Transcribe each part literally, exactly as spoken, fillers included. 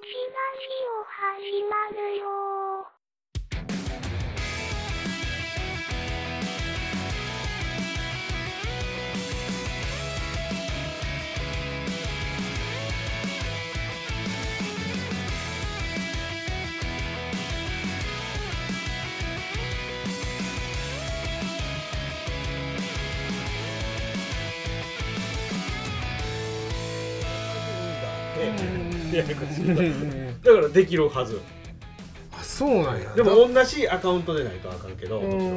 始まるよややこしいだからできるはず。 あ、そうなんや。 でも同じアカウントでないとあかんけど、もちろん、うん、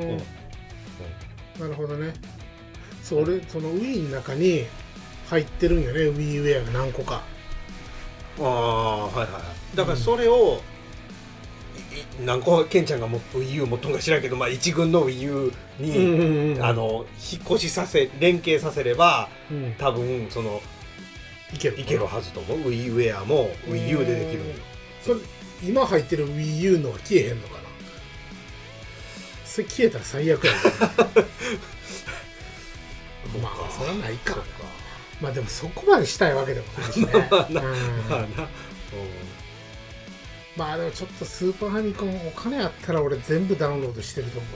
なるほどね。それその Wii の中に入ってるんよね、 WiiWare が何個か。 ああ、はいはい。だからそれを、うん、何個ケンちゃんがも Wii U 持っとんか知らんけど、まあ、一軍の Wii U に、うんうんうん、あの引っ越しさせ連携させれば、うん、多分そのいけるいけるはずと思う。 WiiWare も Wii U でできるんよ。 それ今入ってる Wii U のは消えへんのかな。それ消えたら最悪やねまあそれはないか。まあでもそこまでしたいわけでもないしねまあな、うん、まあな、まあでもちょっとスーパーファミコンお金あったら俺全部ダウンロードしてると思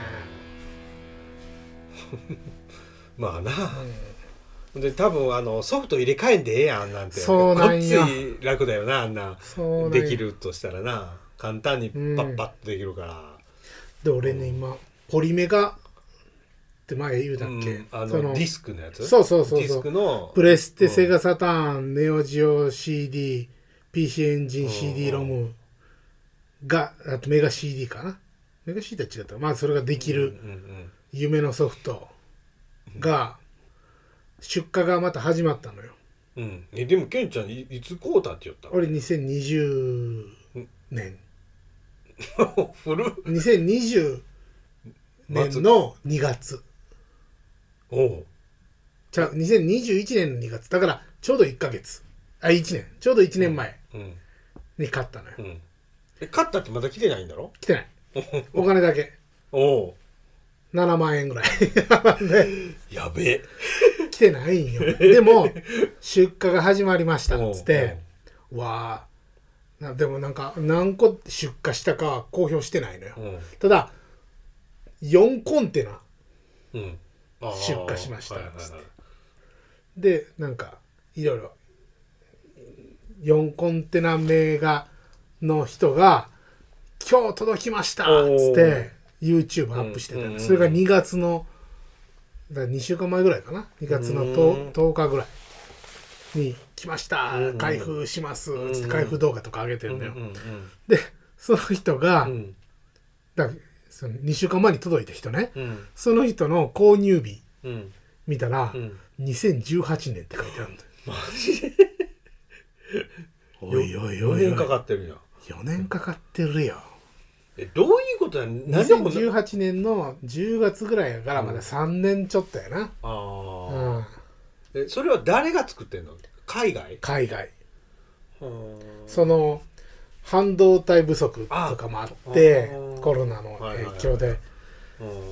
うよねまあな、うん、で多分あのソフト入れ替えんでええやんなんて。 そうなんや。 こっち楽だよな、あんな。そうできるとしたらな、簡単にパッパッとできるから、うん、 で俺ね、うん、今ポリメガって前言うだっけ、 うん、あのそのディスクのやつ。 そうそうそうそう、 ディスクのプレステ、うん、セガサターン、ネオジオ シーディー、ピーシー エンジン シーディー ロムが、あとメガ シーディー かな。メガ シーディー は違った。まあそれができる夢のソフトが出荷がまた始まったのよ。 うん、えでもケンちゃん い, いつ買うたって言ったの？ 俺にせんにじゅうねん古っにせんにじゅうねんのにがつ。 おうじゃあにせんにじゅういちねんのにがつだからちょうどいっかげつ、あいちねん、ちょうどいちねんまえに買ったのよ、うんうん、 え買ったってまだ来てないんだろ？ 来てないお金だけおうななまんえんぐらいやべえ来てないんよ。でも出荷が始まりましたっつってわあ、でもなんか何個出荷したかは公表してないのよ。ただよんコンテナ出荷しましたっつって、でなんかいろいろよんコンテナ目がの人が今日届きましたっつって YouTube アップしてた、うんうんうん、それがにがつのだにしゅうかんまえぐらいかな、にがつの 10, とおかぐらいに来ました、うんうん、開封しますっつって開封動画とか上げてるのよ、うんうんうん、でその人が、うん、だそのにしゅうかんまえに届いた人ね、うん、その人の購入日、うん、見たら、うん、にせんじゅうはちねんって書いてあるんだよ。マジでおいおいおいおい、 よねんかかってるよ。 よねんかかってるよ。 えどういうことだ。 にせんじゅうはちねんのじゅうがつぐらいやからまださんねんちょっとやな、うん、ああ、うん、えそれは誰が作ってんの？海外？ 海外。その半導体不足とかもあってコロナの影響で、はいはいはい、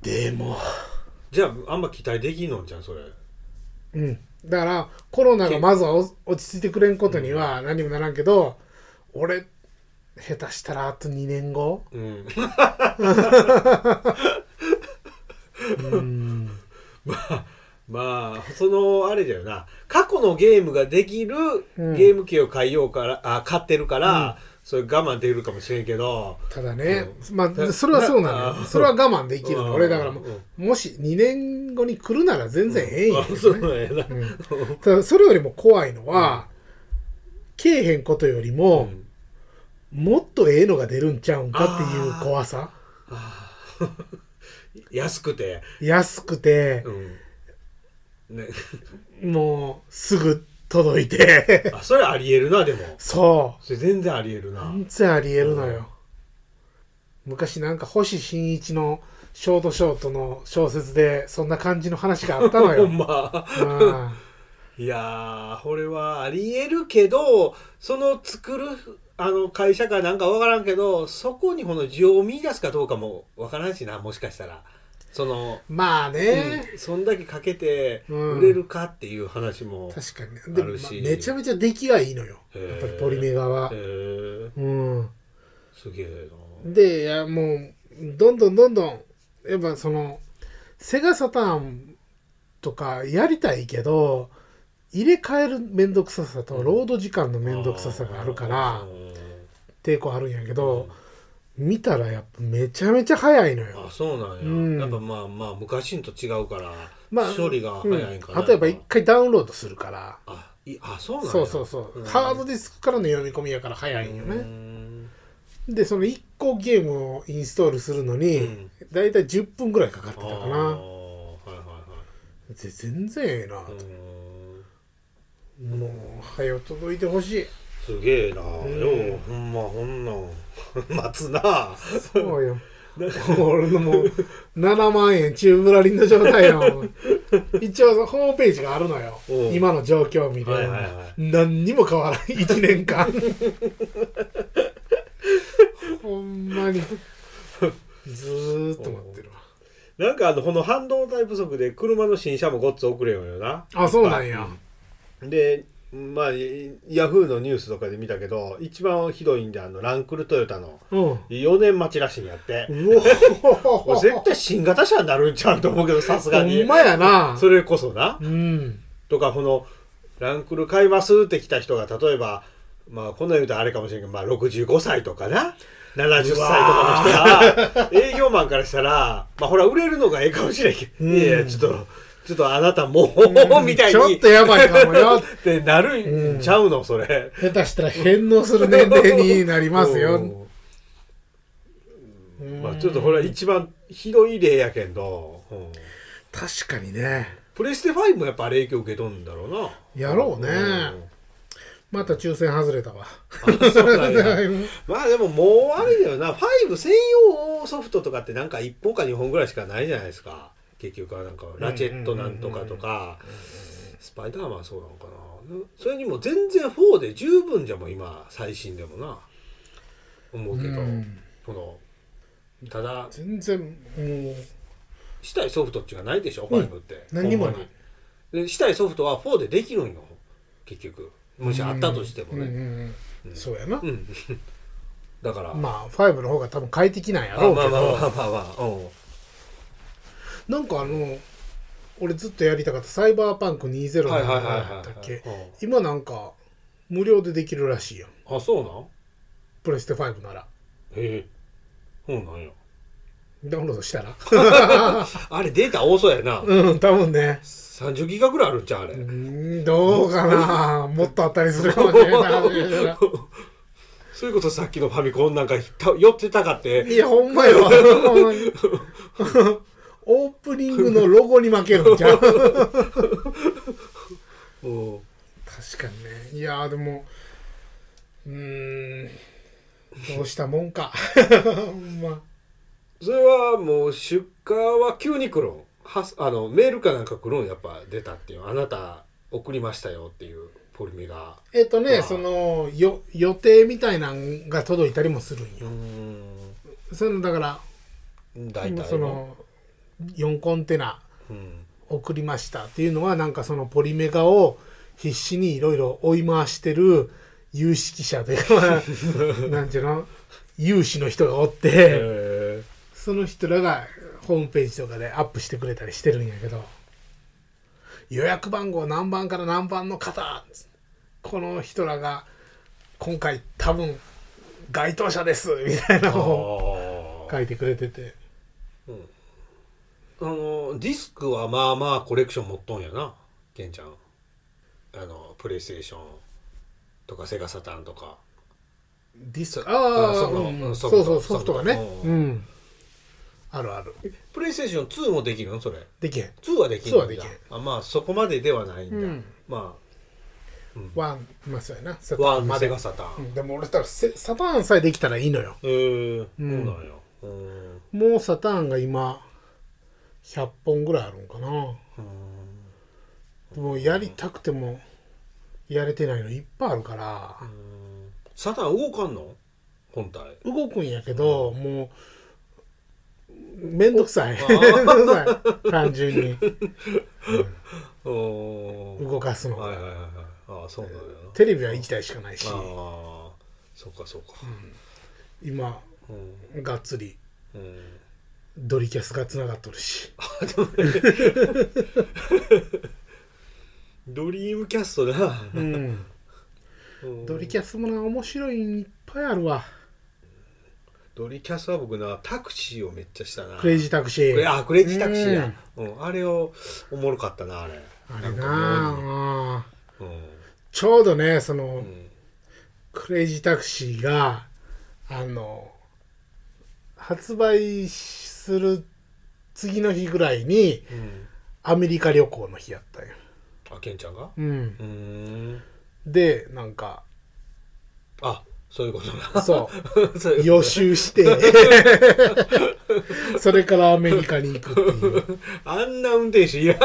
でもじゃああんま期待できんのんじゃんそれ。 うん、だからコロナがまずは落ち着いてくれんことには何もならんけど、うん、俺下手したらあとにねんご、うん、 うんまあまあそのあれだよな、過去のゲームができるゲーム機を買いようから、あ買ってるから、うん、それ我慢できるかもしれんけど、 ただね、うん、まあそれはそうなのよ。それは我慢できるの、うん、俺だからも、うん、もしにねんごに来るなら全然ええんやけどね、うん、うん、ただそれよりも怖いのは、うん、けえへんことよりも、うん、もっとええのが出るんちゃうんかっていう怖さ。 安くて安くて、うんね、もうすぐ届いてあ、それありえるな。でもそうそれ全然ありえるな。 全然ありえるのよ、うん、昔なんか星新一のショートショートの小説でそんな感じの話があったのよほんま、うん、いやーこれはありえるけど、その作るあの会社かなんか分からんけど、そこにこの需要を見出すかどうかも分からんしな、もしかしたら。 そのまあね、 うん、そんだけかけてうん売れるかっていう話も確かにでも、 あるし、 まあめちゃめちゃ出来がいいのよやっぱりポリメガは。 へーうんすげえな。 でいやもうどんどんどんどんやっぱそのセガサターンとかやりたいけど入れ替えるめんどくささとロード時間のめんどくささがあるから抵抗あるんやけど、見たらやっぱめちゃめちゃ早いのよ。 あそうなんや、うん、やっぱまあまあ昔のと違うから、まあ、処理が早いんかな、 うん、例えば一回ダウンロードするから。 あいあそうなんや。 そうそうそう、うん、ハードディスクからの読み込みやから早いんよね。でそのいっこゲームをインストールするのに、うん、だいたいじゅっぷんぐらいかかってたかな。はいはいはい、で全然ええなと。もう早う届いてほしい。 すげえな、うん、ようほんまほんなん待つな。 そうよ俺のもうななまんえん宙ぶらりんの状態の一応ホームページがあるのよ。今の状況を見れば、はいはいはい、何にも変わらんいちねんかんほんまにずーっと待ってるわ。 なんかあのこの半導体不足で車の新車もごっつ遅れよよな。 あそうなんや。 でまあヤフーのニュースとかで見たけど一番ひどいんであのランクルトヨタのよねん待ちらしいんやって、うん、絶対新型車になるんちゃうと思うけどさすがにほんまやな。 それこそな、 うん、 とかこのランクル買いますって来た人が例えばまあこんな言うとあれかもしれんけど、まあ、ろくじゅうごさいとかなななじゅっさいとかの人が営業マンからしたらまあほら売れるのがええかもしれんけど、うん、いやいやちょっとちょっとあなたもう、うん、みたいにちょっとやばいかもよってなるんちゃうの、うん、それ下手したら返納する年齢になりますよ。 まあちょっとこれは一番ひどい例やけど、うん、 確かにね。 プレステファイブもやっぱあれ影響受けとんだろうな。 やろうね、うん、また抽選外れたわ。 まあでももうあれだよなファイブ専用ソフトとかってなんかいっぽんかにほんぐらいしかないじゃないですか結局は。なんかラチェットなんとかとかスパイダーマンそうなのかな。それにも全然フォーで十分じゃも今最新でもな思うけど、うん、このただ全然もうしたいソフトっていうのがないでしょ、うん、ファイブって何にもないでしたいソフトはフォーでできるんよ結局もしあったとしてもね、うんうんうん、そうやな、うん、 だからまあファイブの方が多分快適なんやろうけど、まあまあまあまあまあ、うんなんかあの俺ずっとやりたかったサイバーパンクにじゅうななだったっけ今なんか無料でできるらしいよ。 あそうなんプレステファイブなら。 へえそうなんや。 ダウンロードしたらあれデータ多そうやな。 うん多分ねさんじゅうギガぐらいあるんちゃうあれ。 うんどうかなもっとあったりするかもしれないそれこそさっきのファミコンなんか寄ってたかっていやほんまよオープニングのロゴに負けるんちゃう確かにね。いやでもうーんどうしたもんかほんまそれはもう出荷は急に来るんはあのメールかなんか来るんやっぱ出たっていうあなた送りましたよっていうポリメがえっとねそのよ予定みたいなんが届いたりもするんよ。うーんそのだから大体そのよんコンテナ送りましたっていうのはなんかそのポリメガを必死にいろいろ追い回してる有識者でなんていうの有志の人がおってその人らがホームページとかでアップしてくれたりしてるんやけど予約番号何番から何番の方この人らが今回多分該当者ですみたいなのを書いてくれてて、 うん、あのディスクはまあまあコレクション持っとんやなケンちゃん。あのプレイステーションとかセガサターンとかディスクああそうそうソフトがねうん、うん、あるある。 プレイステーションツーもできるのそれ。 できへん。 ツーはできんの。ツーはできへん。 あまあそこまでではないんだ、うん、まあワン、まあそうやな。 サターンまでがサターン、 うん、でも俺たらサターンさえできたらいいのよ。 へえ、うん、そうなんや。 もうサターンが今ひゃっぽんぐらいあるんかな。もうやりたくてもやれてないのいっぱいあるから。 サターン動かんの？本体。 動くんやけど、うん、もうめんどくさいめんどくさい単純に、 うん、 動かすの、 はいはいはいはい、ああそうなんだよな。 テレビはいちだいしかないし、ああそうかそうか、 うん、今、うん、がっつり、うん、ドリキャスがつながっとるしドリームキャストな、 うんうん、ドリキャスもな面白いいっぱいあるわ。 ドリキャスは僕なタクシーをめっちゃしたな。 クレイジータクシー、 あクレイジータクシーや、うん、あれをおもろかったなあれ。 あれなあ、うん、ちょうどねその、うん、クレイジータクシーがあの発売する次の日ぐらいに、うん、アメリカ旅行の日やったんよ。 あケンちゃんが、 うん、うーんでなんかあそういうことな。 そうそう予習してそれからアメリカに行くっていうあんな運転手いや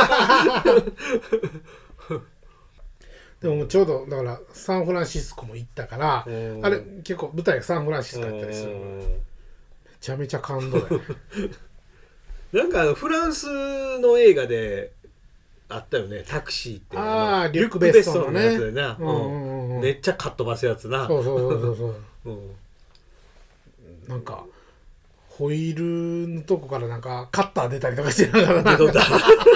でもちょうどだからサンフランシスコも行ったからあれ結構舞台がサンフランシスコやったりする。めちゃめちゃ感動だよねなんかフランスの映画であったよねタクシーって。 ああリュック・ベッソンのやつでな、うんうんうん、めっちゃかっ飛ばすやつな。 そうそうそうそうそう、うん、なんかホイールのとこからなんかカッター出たりとかしてながら出とった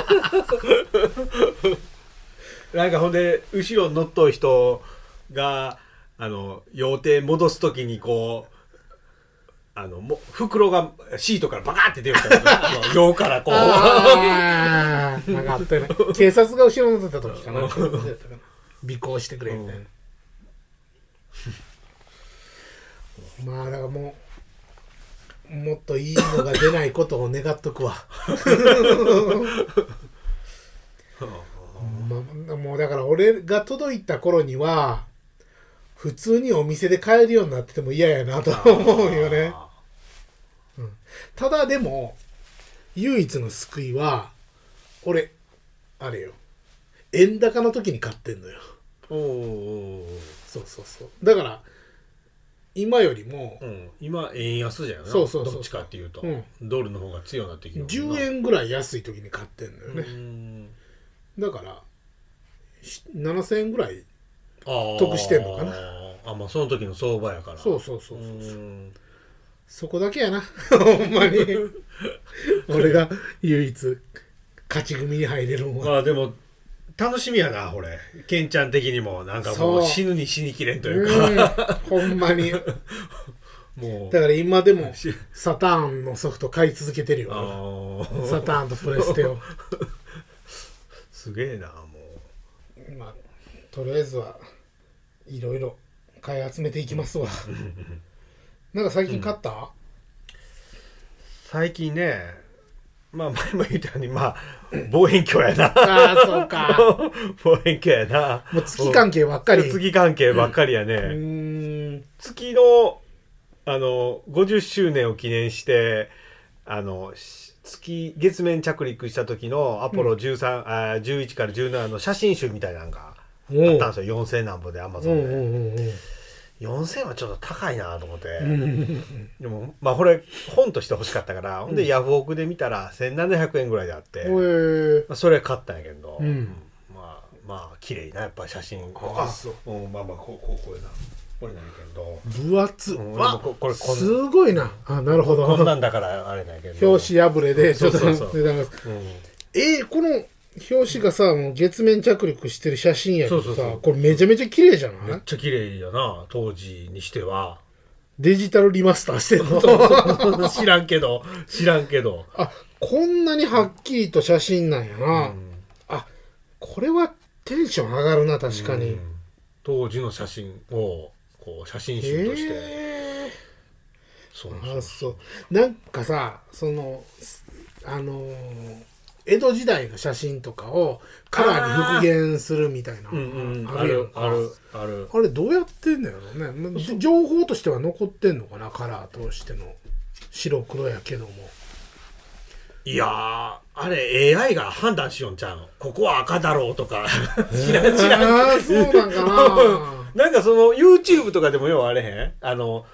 なんかほんで後ろに乗っとる人があの用艇戻すときにこうあのも袋がシートからバカって出るから用からこうあなんかあったよね。警察が後ろに乗ってた時かな尾行してくれみたいなまあだからもうもっといいのが出ないことを願っとくわま、もうだから俺が届いた頃には普通にお店で買えるようになってても嫌やなと思うよね、うん、ただでも唯一の救いは俺あれよ円高の時に買ってんのよ。おおそうそうそうだから今よりも、 うん、今円安じゃんな。 そうそうそうどっちかっていうと、うん、ドルの方が強くなってきてじゅうえんぐらい安い時に買ってんのよね。うんだからななせんえんぐらい得してんのかな。 ああまあその時の相場やから。 そうそうそうそうそうそこだけやなほんまに俺が唯一勝ち組に入れるもんは。 まあでも楽しみやなこれケンちゃん的にもなんかもう死ぬに死にきれんというかうんほんまにもうだから今でもサターンのソフト買い続けてるよサターンとプレステをすげえなもうまあとりあえずはいろいろ買い集めていきますわなんか最近買った、うん、 最近ねまあ前も言ったようにまあ望遠鏡やなああそうか望遠鏡やなもう月関係ばっかり月関係ばっかりやね、うん、月のあのごじゅっしゅうねんを記念してあの月月面着陸した時のアポロじゅうさん、うん、あじゅういちからじゅうななの写真集みたいなのがあったんですよ。よんせんなんぼでアマゾンで、うんうんうん、よんせんはちょっと高いなと思ってでもまあこれ本として欲しかったから、うん、ほんでヤフオクで見たらせんななひゃくえんぐらいであって、うんまあ、それ買ったんやけど、うん、まあまあ綺麗なやっぱ写真あそう、 うん、まあまあこうこうこういうなこれなんやけど分厚っ、うん、 わここれこんすごいなあなるほどこんなんだからあれなんやけど表紙破れでちょっと値段がえー、この表紙がさもう月面着陸してる写真やけどさそうそうそうこれめちゃめちゃ綺麗じゃない？ めっちゃ綺麗やな当時にしては。 デジタルリマスターしてるのそうそう知らんけど知らんけどあこんなにはっきりと写真なんやな、うん、あこれはテンション上がるな確かに、うん、 当時の写真をこう写真集として、えー、 そうそうそうなんかさそのあのー、江戸時代の写真とかをカラーに復元するみたいなのあるあるあるあれどうやってんだろうね情報としては残ってんのかなカラーとしての白黒やけどもいやーあれ エーアイ が判断しよんちゃうのここは赤だろうとか知らん知らんそうなんかななんかその YouTube とかでもようあれへんあの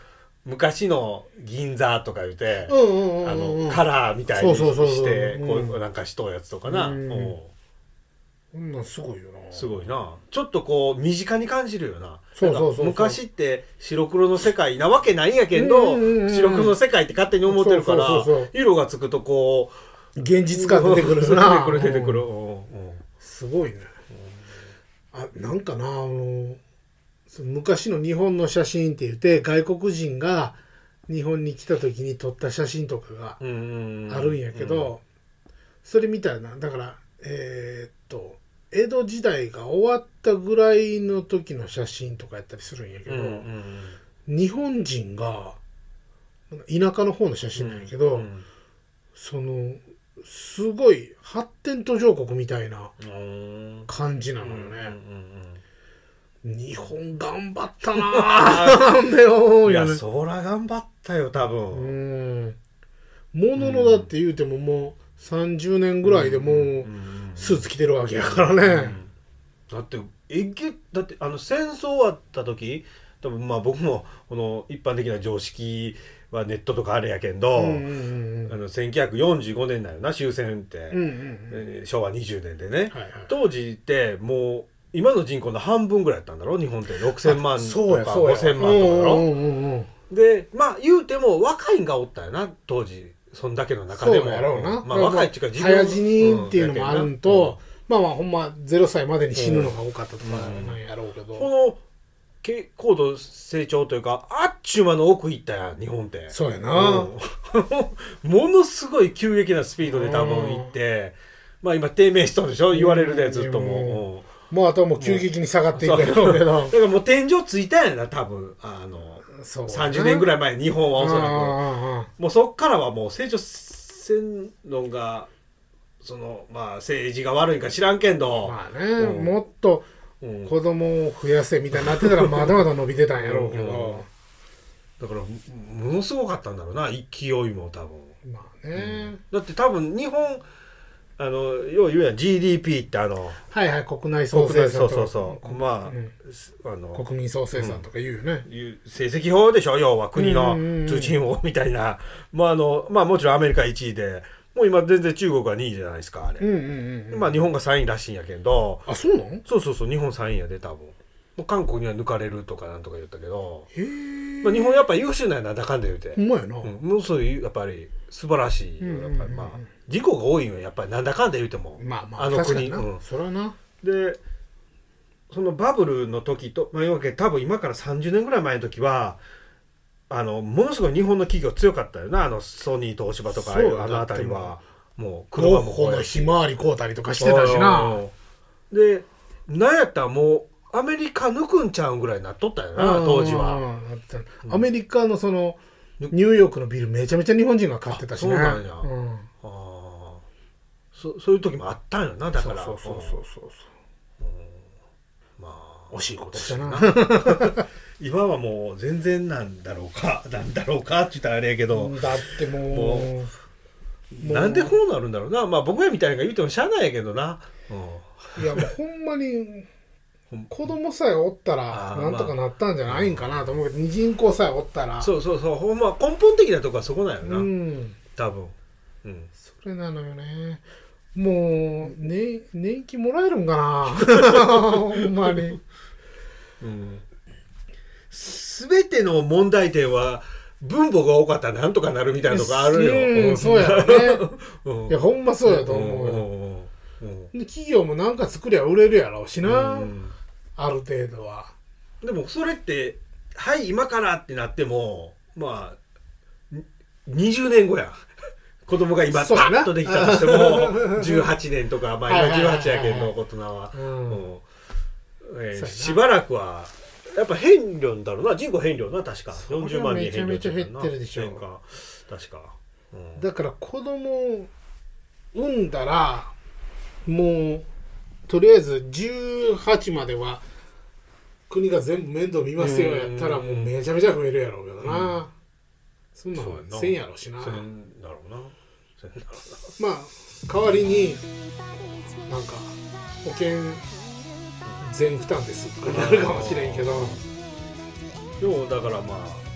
昔の銀座とか言うて、 うんうんうんうん、 あのカラーみたいにそうそうそうそうしてこううんなんかしとうやつとかな、 うんうん、 こんなんすごいよな。 すごいな。ちょっとこう身近に感じるよな。 そうそうそうそう。 昔って白黒の世界なわけないんやけど、 うんうんうん、 白黒の世界って勝手に思ってるから、 そうそうそうそう、 色がつくとこう現実感出てくるな。 出てくる出てくる、うんうん、 すごいね。あ、なんかな、あの昔の日本の写真って言って外国人が日本に来た時に撮った写真とかがあるんやけど、うんうん、それみたいな、だからえー、っと江戸時代が終わったぐらいの時の写真とかやったりするんやけど、うんうんうん、日本人が田舎の方の写真なんやけど、うんうん、そのすごい発展途上国みたいな感じなのよね、うんうんうんうん、日本頑張ったなぁいやそら頑張ったよ多分。 うんもののだって言うてももうさんじゅうねんぐらいでもうスーツ着てるわけやからね、うんうん、 だってえげだってあの戦争終わった時多分まあ僕もこの一般的な常識はネットとかあれやけど、うんうんうん、あのせんきゅうひゃくよんじゅうごねんだよな終戦って、うんうんうん、しょうわにじゅうねんでね、はいはい、当時ってもう今の人口の半分ぐらいやったんだろ日本ってろくせんまんとかごせんまんとかだろ、うんうんうん、でまあ言うても若いんがおったよな当時そんだけの中でも。 そうやろうな、 まあ、若いっていうか自分早死にっていうのもあるんと、うん、まあまあほんまゼロさいまでに死ぬのが多かったとかなんやろうけど、うん、 この高度成長というかあっちゅう間の奥行ったや日本って。 そうやな、 うん、ものすごい急激なスピードで多分行って、まあ今低迷しとるでしょ言われるでずっともう、もうあとはもう急激に下がっていくやろうけどだからもう天井ついたんやな多分あのさんじゅうねんぐらい前日本はおそらくもうそっからはもう成長せんのがそのまあ政治が悪いか知らんけどまあね、うん、もっと子供を増やせみたいになってたらまだまだ伸びてたんやろうけど、うんうん、 だからものすごかったんだろうな勢いも多分まあね、うん、 だって多分日本あのよう言うやん ジーディーピー ってあのはいはい国内総生産とかそうそうそうまあ、 うん、あの国民総生産とか言うよね、 うん、いう成績表でしょ要は国の通信法みたいな、まああのまあもちろんアメリカいちいでもう今全然中国はにいじゃないですかあれ、うんうんうん、まあ日本がさんいらしいんやけど。 あそうなの？ そうそうそう日本さんいやで多分もう韓国には抜かれるとかなんとか言ったけどへ、まあ、日本やっぱ優秀なんやなだかんだ言うてほんまやな、うん、 もうそういうやっぱり素晴らしい、うんうんうん、やっぱりまあ人口が多いんよやっぱりなんだかんだ言うても、 まあまあ、 あの国うん、そらなでそのバブルの時と、まあ、わけ多分今からさんじゅうねんぐらい前の時はあのものすごい日本の企業強かったよなあのソニー東芝とかあの辺りはもう車もこうひまわり買うたりとかしてたしなでなんやったらもうアメリカ抜くんちゃうんぐらいになっとったよな当時は、 うん、アメリカのそのニューヨークのビルめちゃめちゃ日本人が買ってたしね。そうなんや、うん、 あそそういう時もあったんよなだからそうそうそうそうそう、 うん、まあ惜しいことしたな今はもう全然なんだろうかなんだろうかって言ったらあれやけどだってもう、もうなんでこうなるんだろうなまあ僕らみたいなのが言うてもしゃあないやけどな、 うん、いやもうほんまに子供さえおったらなんとかなったんじゃないんかなと思うけど、まあ、人口さえおったらそうそうそうほんま根本的なとこはそこなんよな、うん、多分、うん、 それなのよねもう、ね、年金もらえるんかなほんまに、 うん、全ての問題点は分母が多かったらなんとかなるみたいなとこあるよ、 うん、そうやろね、うん、いやほんまそうやと思うよ、うんうん、企業もなんか作りゃ売れるやろうしな、うん、ある程度はでもそれってはい今からってなってもまあにじゅうねんごや子供が今パッとできたとしてもじゅうはちねんとかまあ今じゅうはちやけど大人は、うんえー、しばらくはやっぱ変量だろうな人口変量な確かよんじゅうまん人変量めちゃめちゃ減ってるでしょ確か、うん、 だから子供を産んだらもうとりあえずじゅうはちまでは国が全部面倒見ますよやったらもうめちゃめちゃ増えるやろうけどな、うん、そんなのせんやろしなせんだろうなせんだろうなまあ代わりになんか保険全負担ですとかなるかもしれんけどでもだからまあ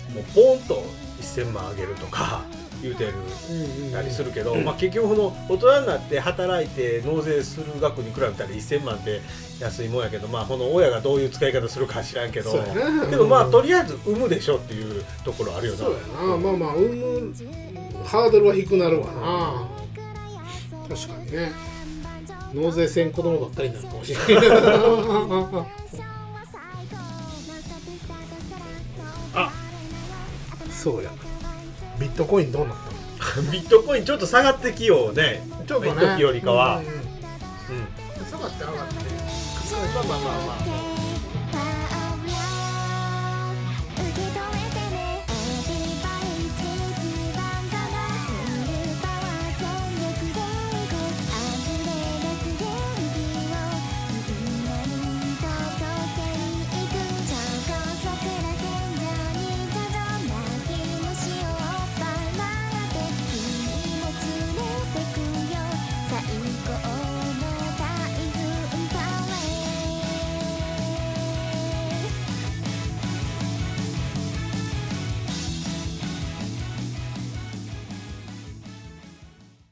もうポンとせんまんあげるとか言うてるたりするけど、うんうんうん、まあ、結局この大人になって働いて納税する額に比べたらせんまんって安いもんやけど、まあこの親がどういう使い方するか知らんけど、ね、けどまあとりあえず産むでしょっていうところあるよな。 そうやな、まあまあ産むハードルは低くなるわな。確かにね、納税せん子供ばっかりになるかもしれないあ、そうや、ビットコインどうなったのビットコインちょっと下がってきようね、 ちょっとね、 一時よりかは、うんうん、 下がって上がって、 まあまあまあまあ